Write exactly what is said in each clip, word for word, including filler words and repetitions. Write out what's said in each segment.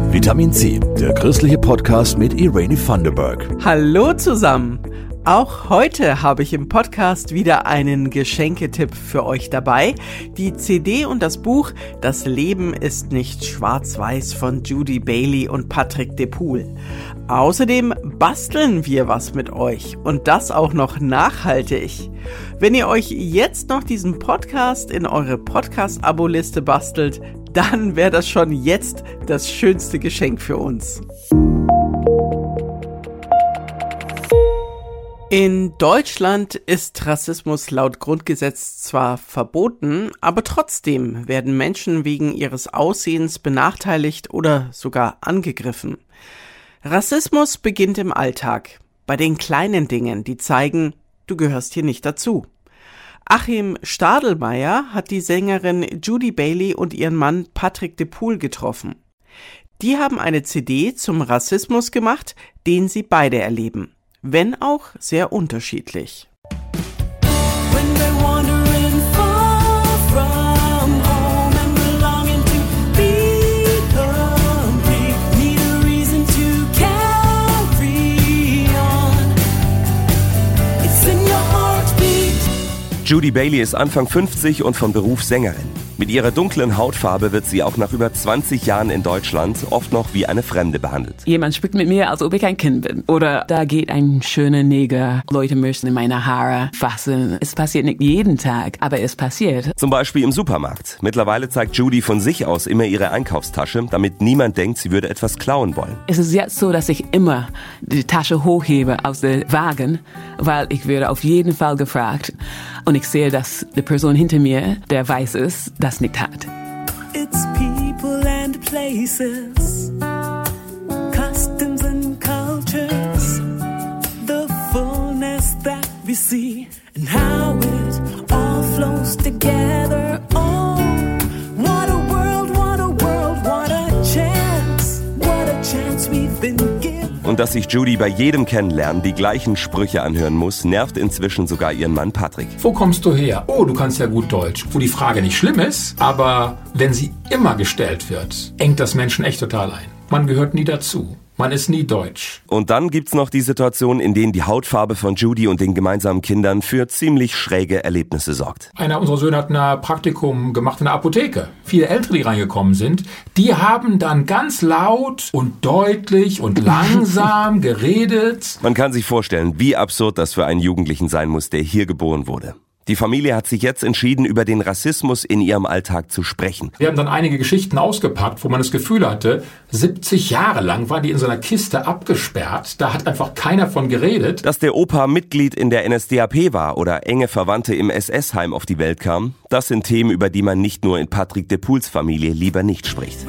Vitamin C, der christliche Podcast mit Irene Thunderberg. Hallo zusammen! Auch heute habe ich im Podcast wieder einen Geschenketipp für euch dabei. Die C D und das Buch Das Leben ist nicht schwarz-weiß von Judy Bailey und Patrick Depool. Außerdem basteln wir was mit euch und das auch noch nachhaltig. Wenn ihr euch jetzt noch diesen Podcast in eure Podcast-Abo-Liste bastelt, dann wäre das schon jetzt das schönste Geschenk für uns. In Deutschland ist Rassismus laut Grundgesetz zwar verboten, aber trotzdem werden Menschen wegen ihres Aussehens benachteiligt oder sogar angegriffen. Rassismus beginnt im Alltag, bei den kleinen Dingen, die zeigen, du gehörst hier nicht dazu. Achim Stadelmeier hat die Sängerin Judy Bailey und ihren Mann Patrick Depool getroffen. Die haben eine C D zum Rassismus gemacht, den sie beide erleben. Wenn auch sehr unterschiedlich. Judy Bailey ist Anfang fünfzig und von Beruf Sängerin. Mit ihrer dunklen Hautfarbe wird sie auch nach über zwanzig Jahren in Deutschland oft noch wie eine Fremde behandelt. Jemand spricht mit mir, als ob ich ein Kind bin. Oder da geht ein schöner Neger. Leute müssen in meine Haare fassen. Es passiert nicht jeden Tag, aber es passiert. Zum Beispiel im Supermarkt. Mittlerweile zeigt Judy von sich aus immer ihre Einkaufstasche, damit niemand denkt, sie würde etwas klauen wollen. Es ist jetzt so, dass ich immer die Tasche hochhebe aus dem Wagen, weil ich werde auf jeden Fall gefragt. Und ich sehe, dass die Person hinter mir, der weiß ist, das nicht hat. It's people and places, customs and cultures, the fullness that we see and how it all flows together. Oh, what a world, what a world, what a chance, what a chance we've been given. Und dass sich Judy bei jedem Kennenlernen die gleichen Sprüche anhören muss, nervt inzwischen sogar ihren Mann Patrick. Wo kommst du her? Oh, du kannst ja gut Deutsch. Wo die Frage nicht schlimm ist, aber wenn sie immer gestellt wird, engt das Menschen echt total ein. Man gehört nie dazu. Man ist nie deutsch. Und dann gibt's noch die Situation, in denen die Hautfarbe von Judy und den gemeinsamen Kindern für ziemlich schräge Erlebnisse sorgt. Einer unserer Söhne hat ein Praktikum gemacht in der Apotheke. Viele Ältere, die reingekommen sind, die haben dann ganz laut und deutlich und langsam geredet. Man kann sich vorstellen, wie absurd das für einen Jugendlichen sein muss, der hier geboren wurde. Die Familie hat sich jetzt entschieden, über den Rassismus in ihrem Alltag zu sprechen. Wir haben dann einige Geschichten ausgepackt, wo man das Gefühl hatte, siebzig Jahre lang waren die in so einer Kiste abgesperrt. Da hat einfach keiner von geredet. Dass der Opa Mitglied in der N S D A P war oder enge Verwandte im S S-Heim auf die Welt kamen, das sind Themen, über die man nicht nur in Patrick Depools Familie lieber nicht spricht.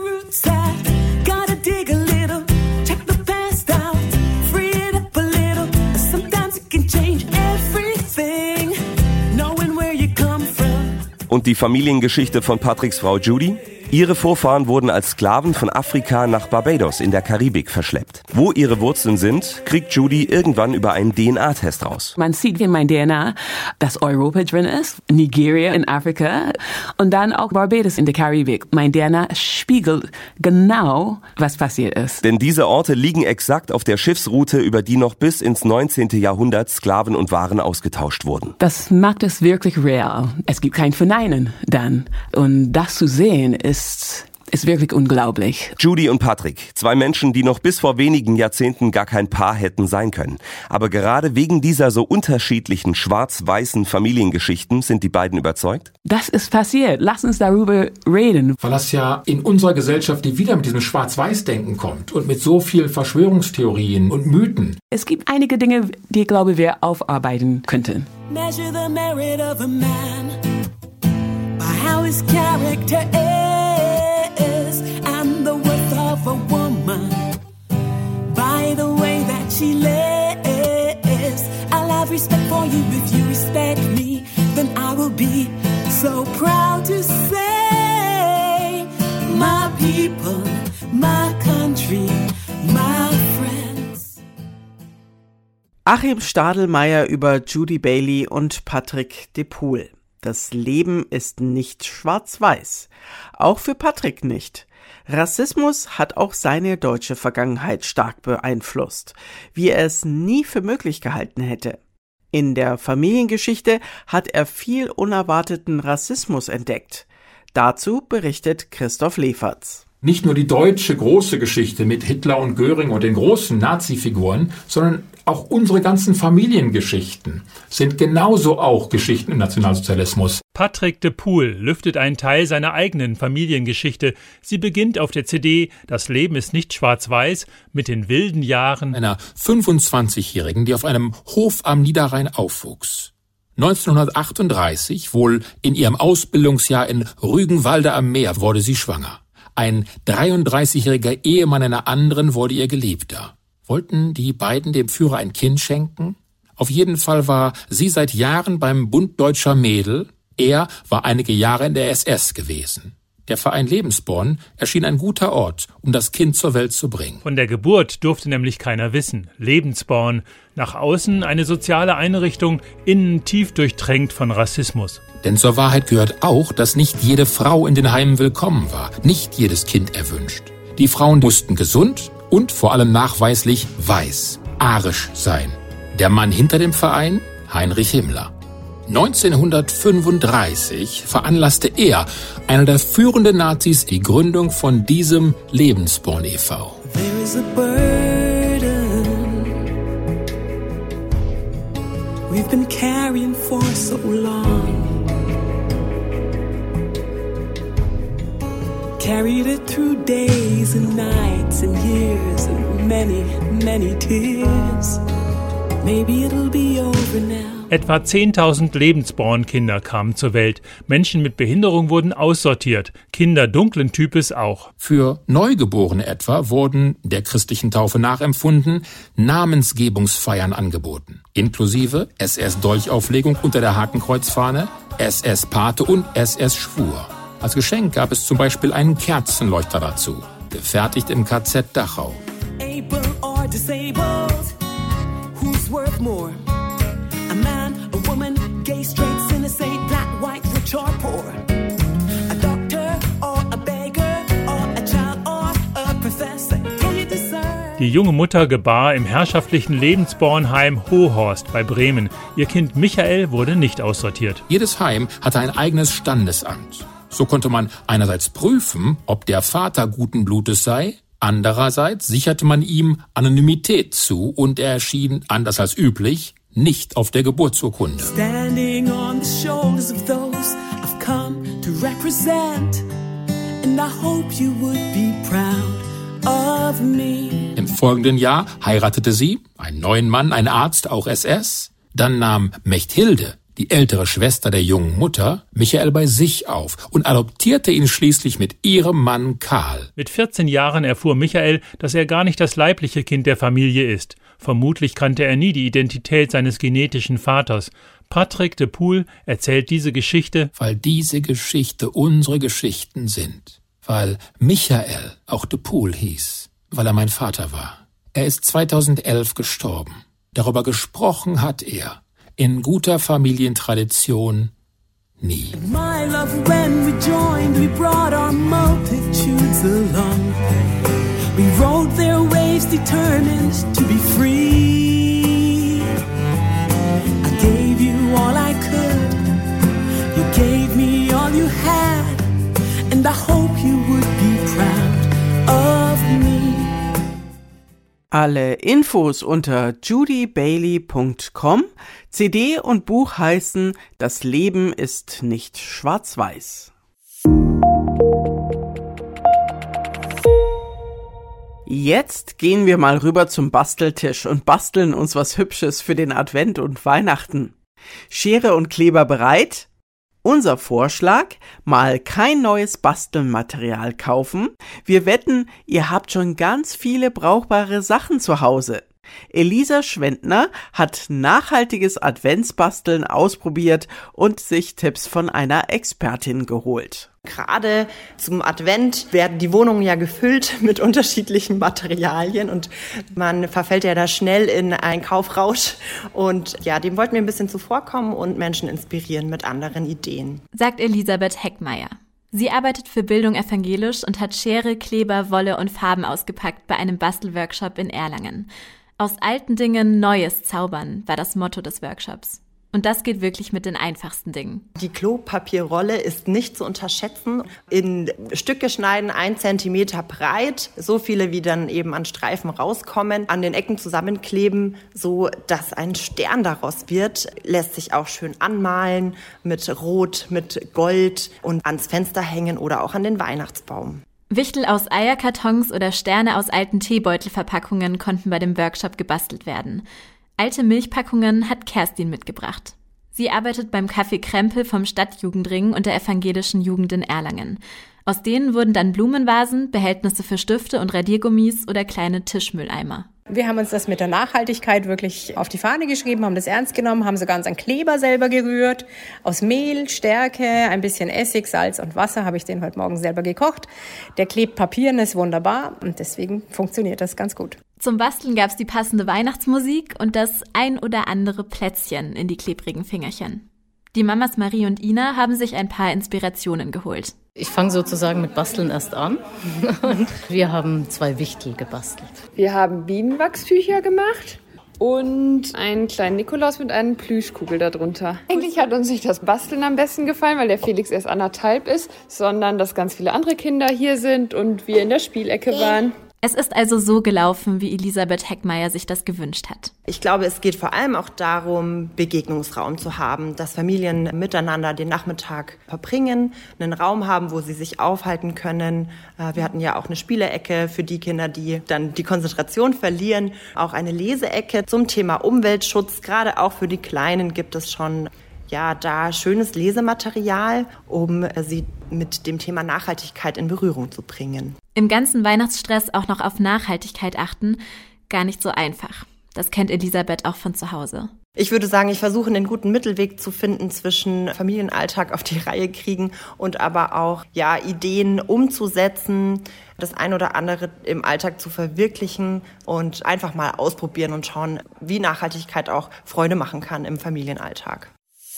Und die Familiengeschichte von Patricks Frau Judy? Ihre Vorfahren wurden als Sklaven von Afrika nach Barbados in der Karibik verschleppt. Wo ihre Wurzeln sind, kriegt Judy irgendwann über einen D N A-Test raus. Man sieht in meinem D N A, dass Europa drin ist, Nigeria in Afrika und dann auch Barbados in der Karibik. Mein D N A spiegelt genau, was passiert ist. Denn diese Orte liegen exakt auf der Schiffsroute, über die noch bis ins neunzehnten Jahrhundert Sklaven und Waren ausgetauscht wurden. Das macht es wirklich real. Es gibt kein Verneinen dann. Und das zu sehen ist Ist, ist wirklich unglaublich. Judy und Patrick, zwei Menschen, die noch bis vor wenigen Jahrzehnten gar kein Paar hätten sein können. Aber gerade wegen dieser so unterschiedlichen schwarz-weißen Familiengeschichten sind die beiden überzeugt? Das ist passiert. Lass uns darüber reden. Weil das ja in unserer Gesellschaft, die wieder mit diesem Schwarz-Weiß-Denken kommt und mit so vielen Verschwörungstheorien und Mythen. Es gibt einige Dinge, die, ich glaube, wir aufarbeiten könnten. Measure the merit of a man by how his character is, and the worth of a woman by the way that she lives. I'll have respect for you if you respect me, then I will be so proud to say, my people, my country, my friends. Achim Stadelmeier über Judy Bailey und Patrick Depool. Das Leben ist nicht schwarz-weiß. Auch für Patrick nicht. Rassismus hat auch seine deutsche Vergangenheit stark beeinflusst, wie er es nie für möglich gehalten hätte. In der Familiengeschichte hat er viel unerwarteten Rassismus entdeckt. Dazu berichtet Christoph Leferz. Nicht nur die deutsche große Geschichte mit Hitler und Göring und den großen Nazi-Figuren, sondern auch unsere ganzen Familiengeschichten sind genauso auch Geschichten im Nationalsozialismus. Patrick de Poel lüftet einen Teil seiner eigenen Familiengeschichte. Sie beginnt auf der C D »Das Leben ist nicht schwarz-weiß« mit den wilden Jahren einer fünfundzwanzigjährigen, die auf einem Hof am Niederrhein aufwuchs. neunzehnhundertachtunddreißig, wohl in ihrem Ausbildungsjahr in Rügenwalde am Meer, wurde sie schwanger. Ein dreiunddreißigjähriger Ehemann einer anderen wurde ihr Geliebter. Wollten die beiden dem Führer ein Kind schenken? Auf jeden Fall war sie seit Jahren beim Bund Deutscher Mädel. Er war einige Jahre in der S S gewesen. Der Verein Lebensborn erschien ein guter Ort, um das Kind zur Welt zu bringen. Von der Geburt durfte nämlich keiner wissen. Lebensborn, nach außen eine soziale Einrichtung, innen tief durchtränkt von Rassismus. Denn zur Wahrheit gehört auch, dass nicht jede Frau in den Heimen willkommen war, nicht jedes Kind erwünscht. Die Frauen mussten gesund und vor allem nachweislich weiß, arisch sein. Der Mann hinter dem Verein? Heinrich Himmler. neunzehnhundertfünfunddreißig veranlasste er, einer der führenden Nazis, die Gründung von diesem Lebensborn e V There is a burden we've been carrying for so long. Carried it through days and nights and years and many, many tears. Maybe it'll be over now. Etwa zehntausend Lebensborn-Kinder kamen zur Welt. Menschen mit Behinderung wurden aussortiert, Kinder dunklen Types auch. Für Neugeborene etwa wurden, der christlichen Taufe nachempfunden, Namensgebungsfeiern angeboten, inklusive S S-Dolchauflegung unter der Hakenkreuzfahne, S S-Pate und S S-Schwur. Als Geschenk gab es zum Beispiel einen Kerzenleuchter dazu, gefertigt im K Z Dachau. Able or disabled, who's worth more? A man, a woman, gay, straight, sinner, saint, black, white, rich or poor. A doctor or a beggar or a child or a professor. Can you discern? Die junge Mutter gebar im herrschaftlichen Lebensbornheim Hohhorst bei Bremen. Ihr Kind Michael wurde nicht aussortiert. Jedes Heim hatte ein eigenes Standesamt. So konnte man einerseits prüfen, ob der Vater guten Blutes sei, andererseits sicherte man ihm Anonymität zu und er erschien, anders als üblich, nicht auf der Geburtsurkunde. Standing on the shoulders of those I've come to represent, and I hope you would be proud of me. Im folgenden Jahr heiratete sie einen neuen Mann, ein Arzt, auch S S. Dann nahm Mechthilde, die ältere Schwester der jungen Mutter, Michael bei sich auf und adoptierte ihn schließlich mit ihrem Mann Karl. Mit vierzehn Jahren erfuhr Michael, dass er gar nicht das leibliche Kind der Familie ist. Vermutlich kannte er nie die Identität seines genetischen Vaters. Patrick de Poel erzählt diese Geschichte, weil diese Geschichte unsere Geschichten sind. Weil Michael auch de Poel hieß, weil er mein Vater war. Er ist zweitausendelf gestorben. Darüber gesprochen hat er in guter Familientradition nie. My love, when we joined, we brought our multitudes along. We rode their waves determined to be free. I gave you all I could. You gave me all you had. And I hope you would be proud of me. Alle Infos unter judy bailey punkt com. C D und Buch heißen »Das Leben ist nicht schwarz-weiß«. Jetzt gehen wir mal rüber zum Basteltisch und basteln uns was Hübsches für den Advent und Weihnachten. Schere und Kleber bereit? Unser Vorschlag, mal kein neues Bastelmaterial kaufen. Wir wetten, ihr habt schon ganz viele brauchbare Sachen zu Hause. Elisa Schwendner hat nachhaltiges Adventsbasteln ausprobiert und sich Tipps von einer Expertin geholt. Gerade zum Advent werden die Wohnungen ja gefüllt mit unterschiedlichen Materialien und man verfällt ja da schnell in einen Kaufrausch. Und ja, dem wollten wir ein bisschen zuvorkommen und Menschen inspirieren mit anderen Ideen. Sagt Elisabeth Heckmeier. Sie arbeitet für Bildung evangelisch und hat Schere, Kleber, Wolle und Farben ausgepackt bei einem Bastelworkshop in Erlangen. Aus alten Dingen Neues zaubern war das Motto des Workshops. Und das geht wirklich mit den einfachsten Dingen. Die Klopapierrolle ist nicht zu unterschätzen. In Stücke schneiden, ein Zentimeter breit, so viele wie dann eben an Streifen rauskommen, an den Ecken zusammenkleben, so dass ein Stern daraus wird. Lässt sich auch schön anmalen mit Rot, mit Gold und ans Fenster hängen oder auch an den Weihnachtsbaum. Wichtel aus Eierkartons oder Sterne aus alten Teebeutelverpackungen konnten bei dem Workshop gebastelt werden. Alte Milchpackungen hat Kerstin mitgebracht. Sie arbeitet beim Café Krempel vom Stadtjugendring und der evangelischen Jugend in Erlangen. Aus denen wurden dann Blumenvasen, Behältnisse für Stifte und Radiergummis oder kleine Tischmülleimer. Wir haben uns das mit der Nachhaltigkeit wirklich auf die Fahne geschrieben, haben das ernst genommen, haben sogar unseren Kleber selber gerührt. Aus Mehl, Stärke, ein bisschen Essig, Salz und Wasser habe ich den heute Morgen selber gekocht. Der klebt Papieren, ist wunderbar und deswegen funktioniert das ganz gut. Zum Basteln gab es die passende Weihnachtsmusik und das ein oder andere Plätzchen in die klebrigen Fingerchen. Die Mamas Marie und Ina haben sich ein paar Inspirationen geholt. Ich fange sozusagen mit Basteln erst an und wir haben zwei Wichtel gebastelt. Wir haben Bienenwachstücher gemacht und einen kleinen Nikolaus mit einer Plüschkugel darunter. Eigentlich hat uns nicht das Basteln am besten gefallen, weil der Felix erst anderthalb ist, sondern dass ganz viele andere Kinder hier sind und wir in der Spielecke waren. Es ist also so gelaufen, wie Elisabeth Heckmeier sich das gewünscht hat. Ich glaube, es geht vor allem auch darum, Begegnungsraum zu haben, dass Familien miteinander den Nachmittag verbringen, einen Raum haben, wo sie sich aufhalten können. Wir hatten ja auch eine Spielecke für die Kinder, die dann die Konzentration verlieren. Auch eine Leseecke zum Thema Umweltschutz. Gerade auch für die Kleinen gibt es schon ja da schönes Lesematerial, um sie mit dem Thema Nachhaltigkeit in Berührung zu bringen. Im ganzen Weihnachtsstress auch noch auf Nachhaltigkeit achten, gar nicht so einfach. Das kennt Elisabeth auch von zu Hause. Ich würde sagen, ich versuche einen guten Mittelweg zu finden zwischen Familienalltag auf die Reihe kriegen und aber auch ja Ideen umzusetzen, das ein oder andere im Alltag zu verwirklichen und einfach mal ausprobieren und schauen, wie Nachhaltigkeit auch Freude machen kann im Familienalltag.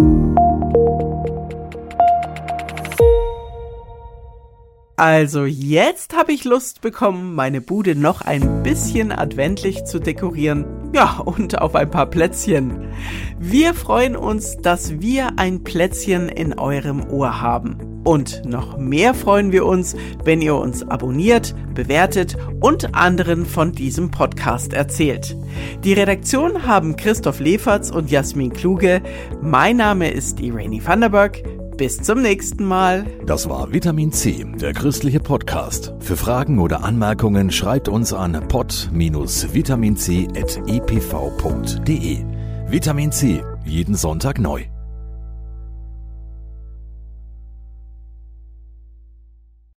Also jetzt habe ich Lust bekommen, meine Bude noch ein bisschen adventlich zu dekorieren. Ja, und auf ein paar Plätzchen. Wir freuen uns, dass wir ein Plätzchen in eurem Ohr haben. Und noch mehr freuen wir uns, wenn ihr uns abonniert, bewertet und anderen von diesem Podcast erzählt. Die Redaktion haben Christoph Leferz und Jasmin Kluge. Mein Name ist Irene Vanderberg. Bis zum nächsten Mal. Das war Vitamin C, der christliche Podcast. Für Fragen oder Anmerkungen schreibt uns an pod dash vitamin c at e p v punkt d e. Vitamin C, jeden Sonntag neu.